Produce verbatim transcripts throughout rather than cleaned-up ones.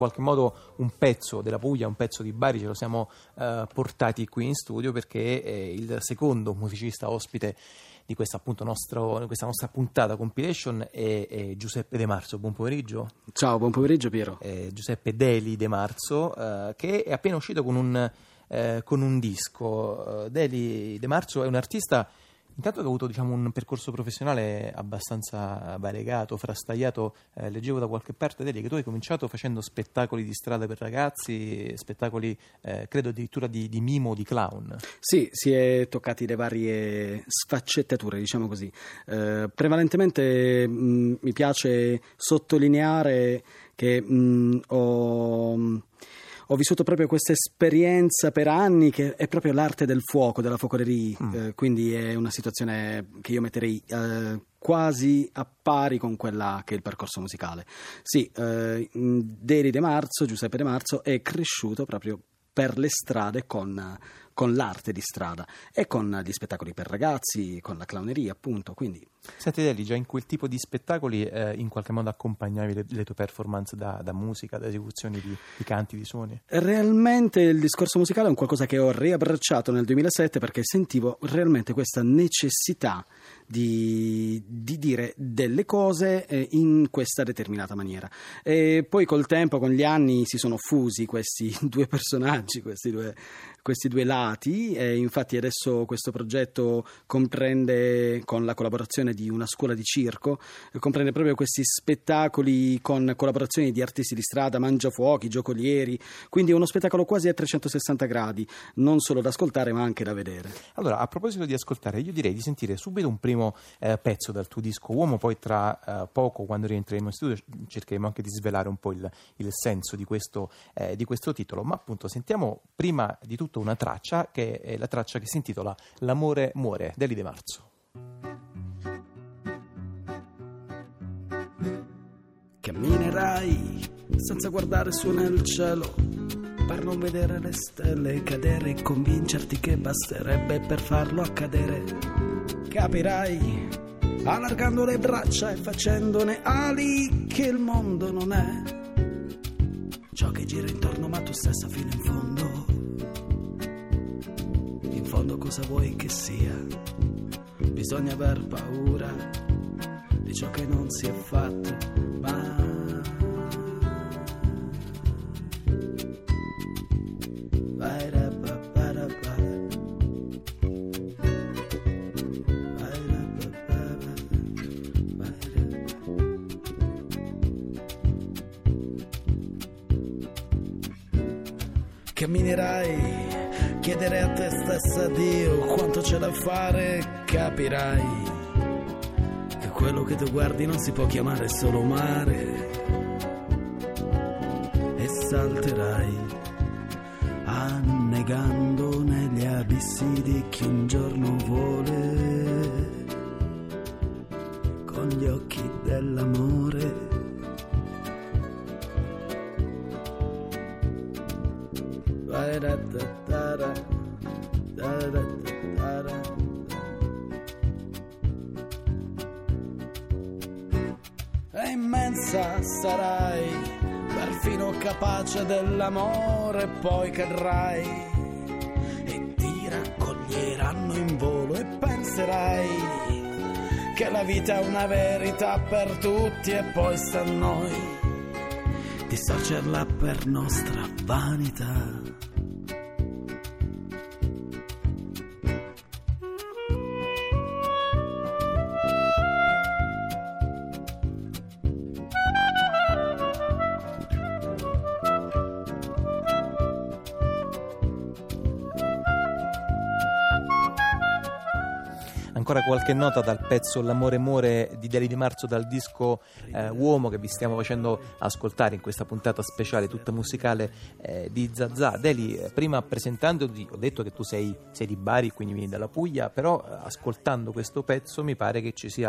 In qualche modo un pezzo della Puglia, un pezzo di Bari ce lo siamo eh, portati qui in studio perché eh, il secondo musicista ospite di questa, appunto, nostro, questa nostra puntata compilation è, è Giuseppe De Marzo. Buon pomeriggio. Ciao, buon pomeriggio Piero. Eh, Giuseppe Deli De Marzo, eh, che è appena uscito con un, eh, con un disco. Deli De Marzo è un artista intanto che ha avuto, diciamo, un percorso professionale abbastanza variegato, frastagliato. Eh, leggevo da qualche parte, Deli, che tu hai cominciato facendo spettacoli di strada per ragazzi, spettacoli eh, credo addirittura di, di mimo, di clown. Sì, si è toccati le varie sfaccettature, diciamo così. Eh, prevalentemente mh, mi piace sottolineare che mh, ho... Ho vissuto proprio questa esperienza per anni che è proprio l'arte del fuoco, della focoleria, mm. eh, quindi è una situazione che io metterei eh, quasi a pari con quella che è il percorso musicale. Sì, eh, Deli De Marzo, Giuseppe De Marzo è cresciuto proprio per le strade con, con l'arte di strada e con gli spettacoli per ragazzi, con la clowneria appunto, quindi... Senti Deli, già in quel tipo di spettacoli eh, in qualche modo accompagnavi le, le tue performance da, da musica, da esecuzioni di, di canti, di suoni? Realmente il discorso musicale è un qualcosa che ho riabbracciato nel duemilasette perché sentivo realmente questa necessità di, di dire delle cose eh, in questa determinata maniera, e poi col tempo, con gli anni, si sono fusi questi due personaggi, questi due, questi due lati, e infatti adesso questo progetto comprende, con la collaborazione di una scuola di circo, comprende proprio questi spettacoli con collaborazioni di artisti di strada, mangiafuochi, giocolieri, quindi è uno spettacolo quasi a trecentosessanta gradi, non solo da ascoltare ma anche da vedere. Allora, a proposito di ascoltare, io direi di sentire subito un primo eh, pezzo dal tuo disco Uomo, poi tra eh, poco, quando rientreremo in studio, cercheremo anche di svelare un po' il, il senso di questo, eh, di questo titolo, ma appunto sentiamo prima di tutto una traccia, che è la traccia che si intitola L'amore muore, Deli De Marzo. Camminerai senza guardare su nel cielo per non vedere le stelle cadere e convincerti che basterebbe per farlo accadere. Capirai, allargando le braccia e facendone ali, che il mondo non è ciò che gira intorno ma tu stessa fino in fondo. In fondo cosa vuoi che sia? Bisogna aver paura di ciò che non si è fatto, ma camminerai, chiedere a te stessa Dio quanto c'è da fare, capirai che quello che tu guardi non si può chiamare solo mare, e salterai annegando negli abissi di chi un giorno vuole con gli occhi dell'amore. E immensa sarai, perfino capace dell'amore, poi cadrai e ti raccoglieranno in volo e penserai che la vita è una verità per tutti, e poi sta a noi distorcerla per nostra vanità. Ancora qualche nota dal pezzo L'amore muore di Deli De Marzo, dal disco eh, Uomo, che vi stiamo facendo ascoltare in questa puntata speciale tutta musicale eh, di Zazà. Deli, eh, prima presentandoti ho detto che tu sei, sei di Bari, quindi vieni dalla Puglia, però eh, ascoltando questo pezzo mi pare che ci sia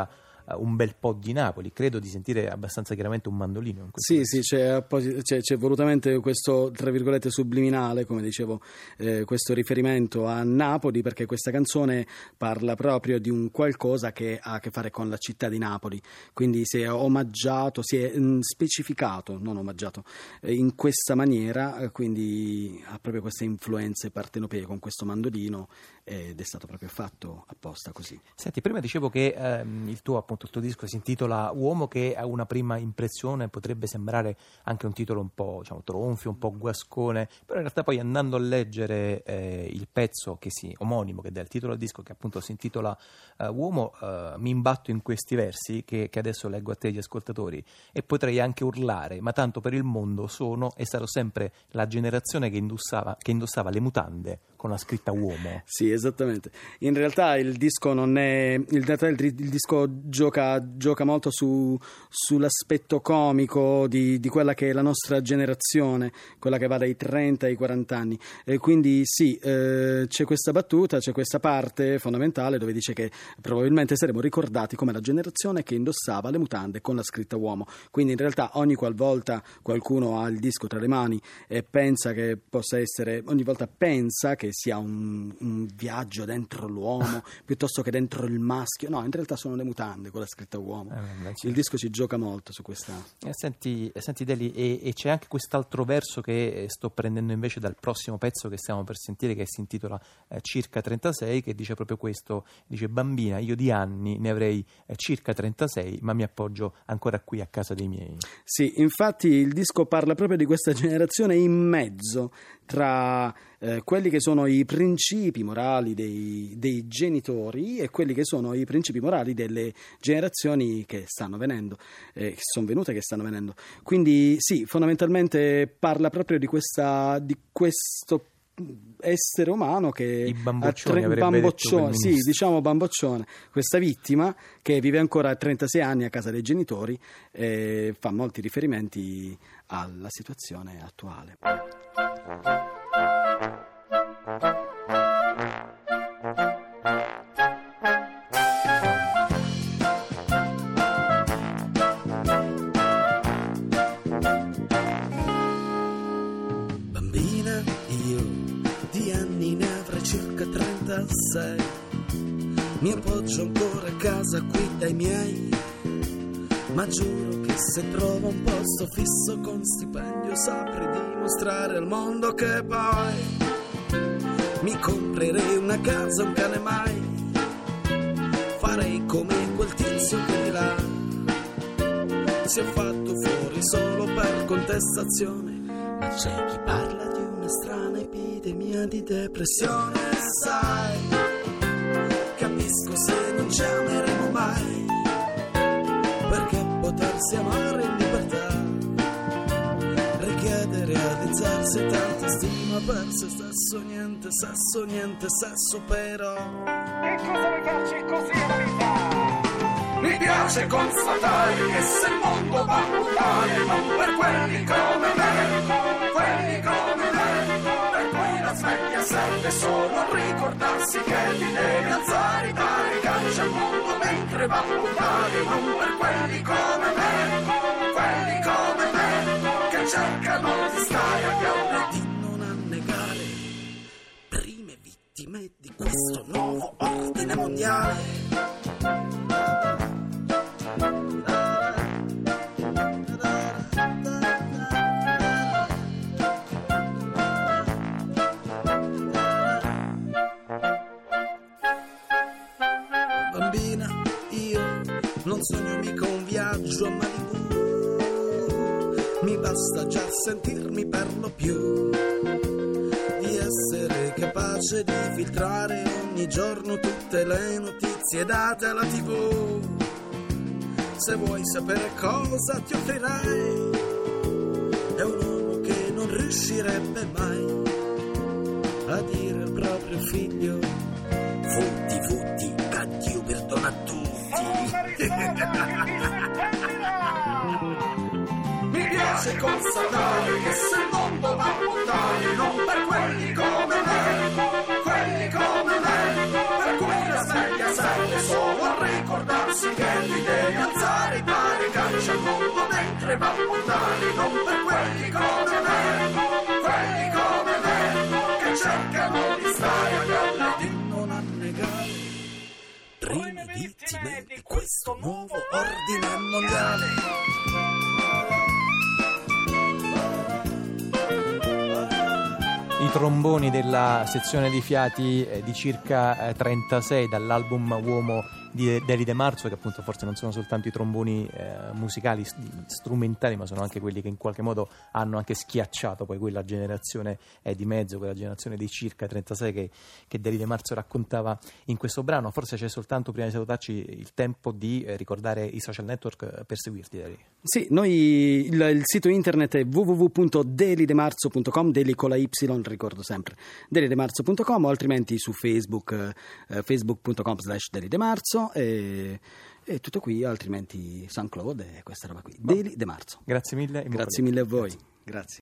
uh, un bel po' di Napoli. Credo di sentire abbastanza chiaramente un mandolino in questo Sì, pezzo. sì, c'è, apposi- c'è, c'è volutamente questo, tra virgolette, subliminale, come dicevo, eh, questo riferimento a Napoli, perché questa canzone parla proprio di un qualcosa che ha a che fare con la città di Napoli, quindi si è omaggiato, si è mh, specificato, non omaggiato, eh, in questa maniera, eh, quindi ha proprio queste influenze partenopee con questo mandolino, ed è stato proprio fatto apposta così. Senti, prima dicevo che ehm, il tuo appunto il tuo disco si intitola Uomo, che a una prima impressione potrebbe sembrare anche un titolo un po', diciamo, tronfio, un po' guascone, però in realtà poi andando a leggere eh, il pezzo che si omonimo, che dà il titolo al disco, che appunto si intitola eh, Uomo, eh, mi imbatto in questi versi che, che adesso leggo a te, gli ascoltatori, e potrei anche urlare: ma tanto per il mondo sono e sarò sempre la generazione che indossava, che indossava le mutande con la scritta uomo. Sì, esattamente. In realtà il disco non è. In realtà il, il disco gioca, gioca molto su, sull'aspetto comico di, di quella che è la nostra generazione, quella che va dai trenta ai quaranta anni. E quindi sì, eh, c'è questa battuta, c'è questa parte fondamentale dove dice che probabilmente saremo ricordati come la generazione che indossava le mutande con la scritta uomo. Quindi in realtà ogni qualvolta qualcuno ha il disco tra le mani e pensa che possa essere, ogni volta pensa che sia un, un viaggio dentro l'uomo piuttosto che dentro il maschio, no, in realtà sono le mutande con la scritta uomo. Eh, beh, certo. Il disco ci gioca molto su questa. Eh, senti, senti Deli, e, e c'è anche quest'altro verso che sto prendendo invece dal prossimo pezzo che stiamo per sentire, che si intitola eh, Circa trentasei, che dice proprio questo, dice: bambina, io di anni ne avrei eh, circa trentasei, ma mi appoggio ancora qui a casa dei miei. Sì, infatti il disco parla proprio di questa generazione in mezzo tra eh, quelli che sono i principi morali dei, dei genitori e quelli che sono i principi morali delle generazioni che stanno venendo, eh, che sono venute e che stanno venendo. Quindi sì, fondamentalmente parla proprio di questa di questo essere umano che I bamboccioni, tre, avrebbe bamboccione, detto sì, diciamo bamboccione, questa vittima che vive ancora a trentasei anni a casa dei genitori, e fa molti riferimenti alla situazione attuale. Circa trentasei, mi appoggio ancora a casa qui dai miei, ma giuro che se trovo un posto fisso con stipendio saprei dimostrare al mondo che poi mi comprerei una casa, un cane mai, farei come quel tizio che di là si è fatto fuori solo per contestazione, ma c'è chi parla di una strana epidemia di depressione. Sai, capisco se non ci ameremo mai, perché potersi amare in libertà richiede realizzarsi tanta stima per se stesso. Niente sesso, niente sesso però. E cosa vuoi farci così la vita? Mi piace constatare che se il mondo va a puttane, non per quelli come me, quelli come me, per cui la sveglia serve solo a ricordarsi che ti devi alzare, dare caccia al mondo mentre va a puttane, non per quelli come me, quelli come me, che cercano di stare a galla e di non annegare prime vittime di questo nuovo ordine mondiale. Bambina, io non sogno mica un viaggio a Malibu, mi basta già sentirmi per lo più di essere capace di filtrare ogni giorno tutte le notizie date alla tivù. Se vuoi sapere cosa ti offrirei, è un uomo che non riuscirebbe mai a dire al proprio figlio: futti, futti, addio, perdona a tutti. Mi piace constatare che se il mondo va a puttane, non per quelli come me, quelli come me, per cui la sveglia serve solo a ricordarsi che l'idea trema mortali, non per quelli come me, quelli come me, che cercano di stare a galla di non annegare prime vittime di questo nuovo ordine mondiale. I tromboni della sezione di fiati eh, di circa eh, trentasei dall'album Uomo di Deli De Marzo, che appunto forse non sono soltanto i tromboni eh, musicali, st- strumentali, ma sono anche quelli che in qualche modo hanno anche schiacciato poi quella generazione eh, di mezzo, quella generazione dei circa trentasei che, che Deli De Marzo raccontava in questo brano. Forse c'è soltanto, prima di salutarci, il tempo di eh, ricordare i social network per seguirti, Deli. Sì, noi il, il sito internet è w w w punto deli de marzo punto com, Deli con la Y, ricordo sempre, deli de marzo punto com, o altrimenti su Facebook, eh, facebook punto com slash Deli De Marzo. E, e tutto qui, altrimenti SoundCloud e questa roba qui. Deli De Marzo. Grazie mille. Grazie mille a voi. Grazie.